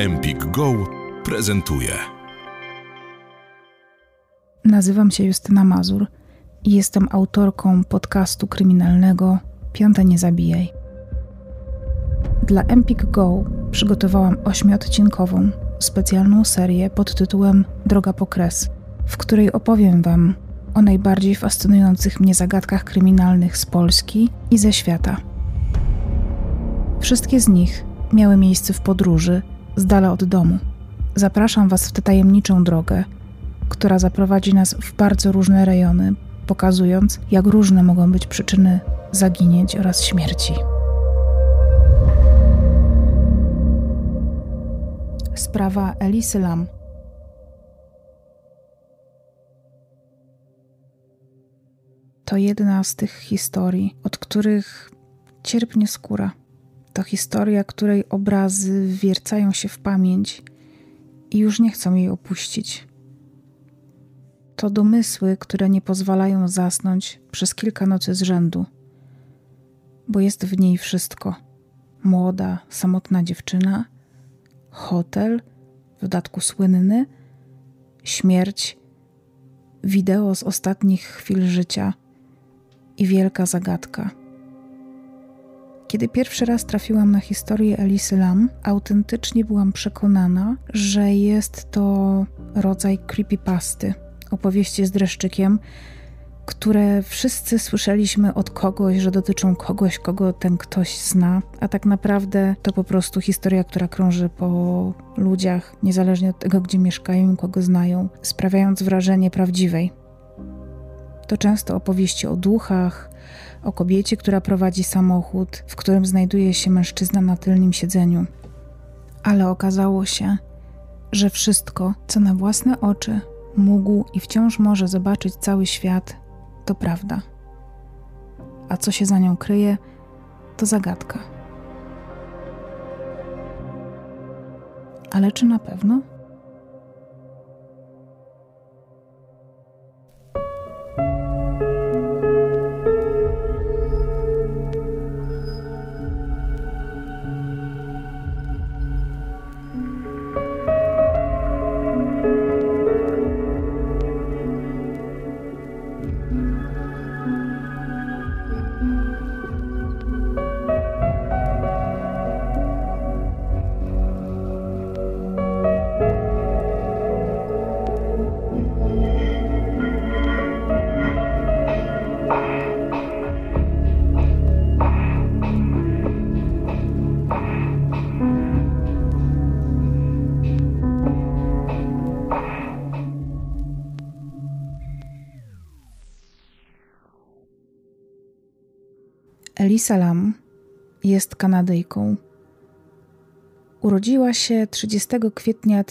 Empik Go prezentuje. Nazywam się Justyna Mazur i jestem autorką podcastu kryminalnego Piąte Nie Zabijaj. Dla Empik Go przygotowałam 8-odcinkową, specjalną serię pod tytułem Droga po kres, w której opowiem Wam o najbardziej fascynujących mnie zagadkach kryminalnych z Polski i ze świata. Wszystkie z nich miały miejsce w podróży, z dala od domu. Zapraszam Was w tę tajemniczą drogę, która zaprowadzi nas w bardzo różne rejony, pokazując, jak różne mogą być przyczyny zaginięć oraz śmierci. Sprawa Elisy Lam. To jedna z tych historii, od których cierpnie skóra. To historia, której obrazy wwiercają się w pamięć i już nie chcą jej opuścić. To domysły, które nie pozwalają zasnąć przez kilka nocy z rzędu, bo jest w niej wszystko. Młoda, samotna dziewczyna, hotel, w dodatku słynny, śmierć, wideo z ostatnich chwil życia i wielka zagadka. Kiedy pierwszy raz trafiłam na historię Elisy Lam, autentycznie byłam przekonana, że jest to rodzaj creepypasty, opowieści z dreszczykiem, które wszyscy słyszeliśmy od kogoś, że dotyczą kogoś, kogo ten ktoś zna, a tak naprawdę to po prostu historia, która krąży po ludziach, niezależnie od tego, gdzie mieszkają i kogo znają, sprawiając wrażenie prawdziwej. To często opowieści o duchach, o kobiecie, która prowadzi samochód, w którym znajduje się mężczyzna na tylnym siedzeniu. Ale okazało się, że wszystko, co na własne oczy mógł i wciąż może zobaczyć cały świat, to prawda. A co się za nią kryje, to zagadka. Ale czy na pewno? Elisa Lam jest Kanadyjką. Urodziła się 30 kwietnia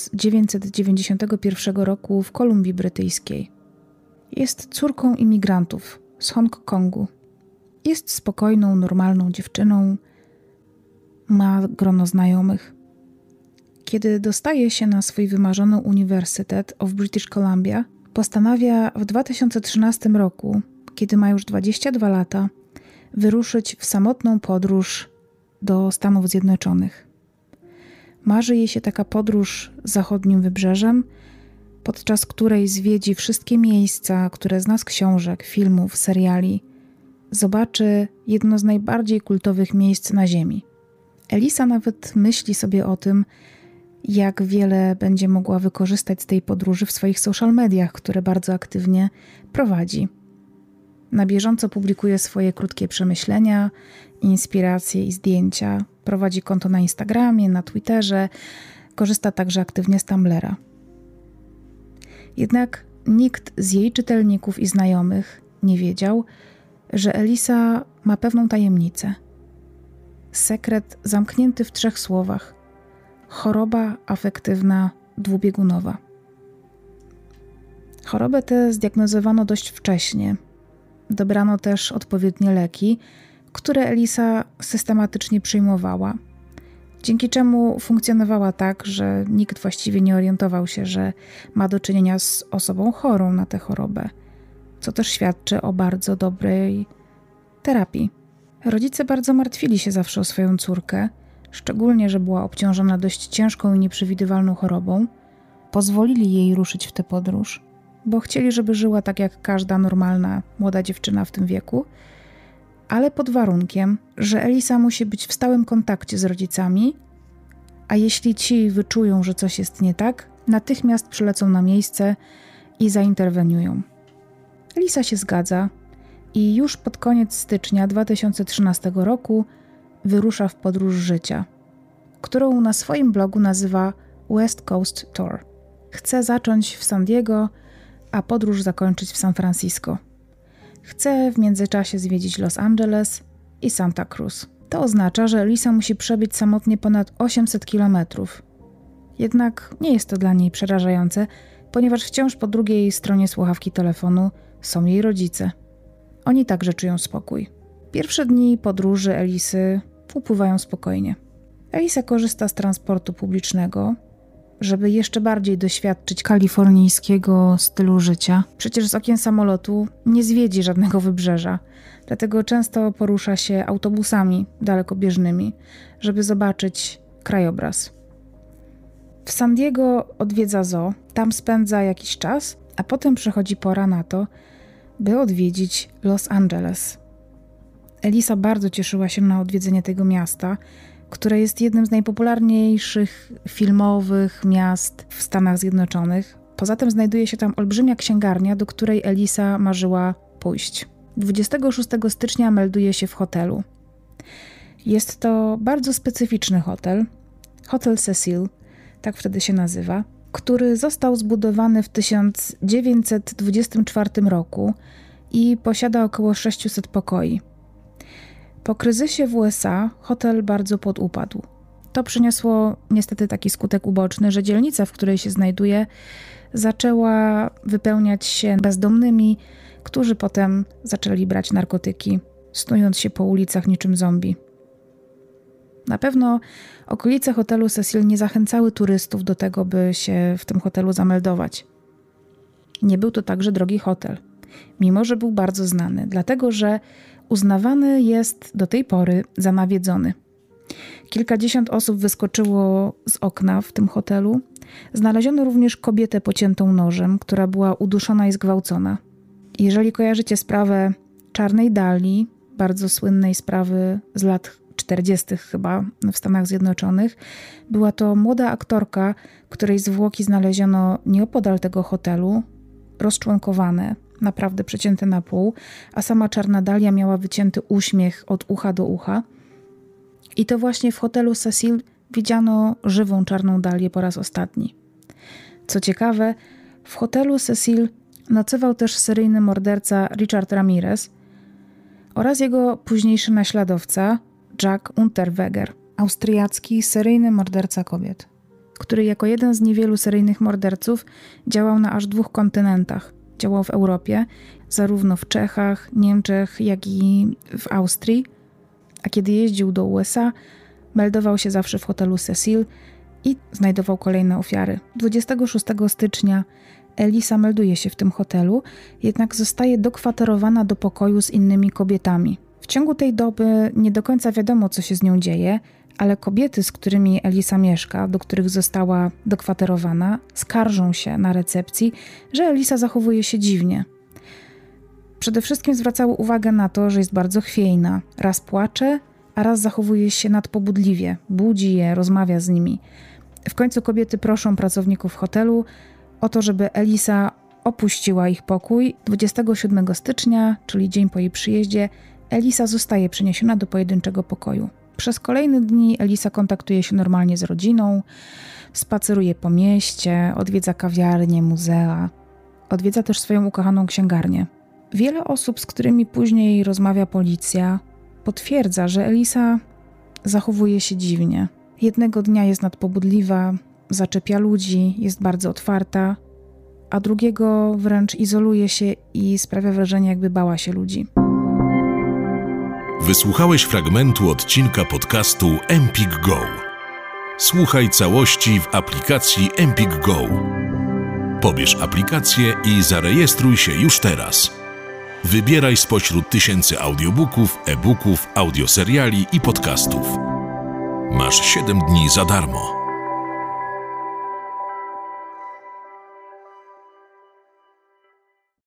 1991 roku w Kolumbii Brytyjskiej. Jest córką imigrantów z Hongkongu. Jest spokojną, normalną dziewczyną. Ma grono znajomych. Kiedy dostaje się na swój wymarzony Uniwersytet of British Columbia, postanawia w 2013 roku, kiedy ma już 22 lata, wyruszyć w samotną podróż do Stanów Zjednoczonych. Marzy jej się taka podróż zachodnim wybrzeżem, podczas której zwiedzi wszystkie miejsca, które zna z książek, filmów, seriali. Zobaczy jedno z najbardziej kultowych miejsc na Ziemi. Elisa nawet myśli sobie o tym, jak wiele będzie mogła wykorzystać z tej podróży w swoich social mediach, które bardzo aktywnie prowadzi. Na bieżąco publikuje swoje krótkie przemyślenia, inspiracje i zdjęcia. Prowadzi konto na Instagramie, na Twitterze. Korzysta także aktywnie z Tumblra. Jednak nikt z jej czytelników i znajomych nie wiedział, że Elisa ma pewną tajemnicę. Sekret zamknięty w 3 słowach. Choroba afektywna dwubiegunowa. Chorobę tę zdiagnozowano dość wcześnie. Dobrano też odpowiednie leki, które Elisa systematycznie przyjmowała, dzięki czemu funkcjonowała tak, że nikt właściwie nie orientował się, że ma do czynienia z osobą chorą na tę chorobę, co też świadczy o bardzo dobrej terapii. Rodzice bardzo martwili się zawsze o swoją córkę, szczególnie, że była obciążona dość ciężką i nieprzewidywalną chorobą, pozwolili jej ruszyć w tę podróż, bo chcieli, żeby żyła tak jak każda normalna młoda dziewczyna w tym wieku, ale pod warunkiem, że Elisa musi być w stałym kontakcie z rodzicami, a jeśli ci wyczują, że coś jest nie tak, natychmiast przylecą na miejsce i zainterweniują. Elisa się zgadza i już pod koniec stycznia 2013 roku wyrusza w podróż życia, którą na swoim blogu nazywa West Coast Tour. Chce zacząć w San Diego, a podróż zakończyć w San Francisco. Chce w międzyczasie zwiedzić Los Angeles i Santa Cruz. To oznacza, że Elisa musi przebyć samotnie ponad 800 kilometrów. Jednak nie jest to dla niej przerażające, ponieważ wciąż po drugiej stronie słuchawki telefonu są jej rodzice. Oni także czują spokój. Pierwsze dni podróży Elisy upływają spokojnie. Elisa korzysta z transportu publicznego, żeby jeszcze bardziej doświadczyć kalifornijskiego stylu życia. Przecież z okien samolotu nie zwiedzi żadnego wybrzeża, dlatego często porusza się autobusami dalekobieżnymi, żeby zobaczyć krajobraz. W San Diego odwiedza zoo, tam spędza jakiś czas, a potem przychodzi pora na to, by odwiedzić Los Angeles. Elisa bardzo cieszyła się na odwiedzenie tego miasta, które jest jednym z najpopularniejszych filmowych miast w Stanach Zjednoczonych. Poza tym znajduje się tam olbrzymia księgarnia, do której Elisa marzyła pójść. 26 stycznia melduje się w hotelu. Jest to bardzo specyficzny hotel, Hotel Cecil, tak wtedy się nazywa, który został zbudowany w 1924 roku i posiada około 600 pokoi. Po kryzysie w USA hotel bardzo podupadł. To przyniosło niestety taki skutek uboczny, że dzielnica, w której się znajduje, zaczęła wypełniać się bezdomnymi, którzy potem zaczęli brać narkotyki, snując się po ulicach niczym zombie. Na pewno okolice hotelu Cecil nie zachęcały turystów do tego, by się w tym hotelu zameldować. Nie był to także drogi hotel, mimo że był bardzo znany, dlatego że uznawany jest do tej pory za nawiedzony. Kilkadziesiąt osób wyskoczyło z okna w tym hotelu. Znaleziono również kobietę pociętą nożem, która była uduszona i zgwałcona. Jeżeli kojarzycie sprawę Czarnej Dali, bardzo słynnej sprawy z lat 40. chyba w Stanach Zjednoczonych, była to młoda aktorka, której zwłoki znaleziono nieopodal tego hotelu, rozczłonkowane, naprawdę przecięte na pół, a sama Czarna Dalia miała wycięty uśmiech od ucha do ucha. I to właśnie w hotelu Cecil widziano żywą Czarną Dalię po raz ostatni. Co ciekawe, w hotelu Cecil nocował też seryjny morderca Richard Ramirez oraz jego późniejszy naśladowca Jack Unterweger, austriacki seryjny morderca kobiet, który jako jeden z niewielu seryjnych morderców działał na aż 2 kontynentach. Działał w Europie, zarówno w Czechach, Niemczech, jak i w Austrii, a kiedy jeździł do USA, meldował się zawsze w hotelu Cecil i znajdował kolejne ofiary. 26 stycznia Elisa melduje się w tym hotelu, jednak zostaje dokwaterowana do pokoju z innymi kobietami. W ciągu tej doby nie do końca wiadomo, co się z nią dzieje, ale kobiety, z którymi Elisa mieszka, do których została dokwaterowana, skarżą się na recepcji, że Elisa zachowuje się dziwnie. Przede wszystkim zwracały uwagę na to, że jest bardzo chwiejna. Raz płacze, a raz zachowuje się nadpobudliwie, budzi je, rozmawia z nimi. W końcu kobiety proszą pracowników hotelu o to, żeby Elisa opuściła ich pokój. 27 stycznia, czyli dzień po jej przyjeździe, Elisa zostaje przeniesiona do pojedynczego pokoju. Przez kolejne dni Elisa kontaktuje się normalnie z rodziną, spaceruje po mieście, odwiedza kawiarnie, muzea. Odwiedza też swoją ukochaną księgarnię. Wiele osób, z którymi później rozmawia policja, potwierdza, że Elisa zachowuje się dziwnie. Jednego dnia jest nadpobudliwa, zaczepia ludzi, jest bardzo otwarta, a drugiego wręcz izoluje się i sprawia wrażenie, jakby bała się ludzi. Wysłuchałeś fragmentu odcinka podcastu Empik Go. Słuchaj całości w aplikacji Empik Go. Pobierz aplikację i zarejestruj się już teraz. Wybieraj spośród tysięcy audiobooków, e-booków, audioseriali i podcastów. Masz 7 dni za darmo.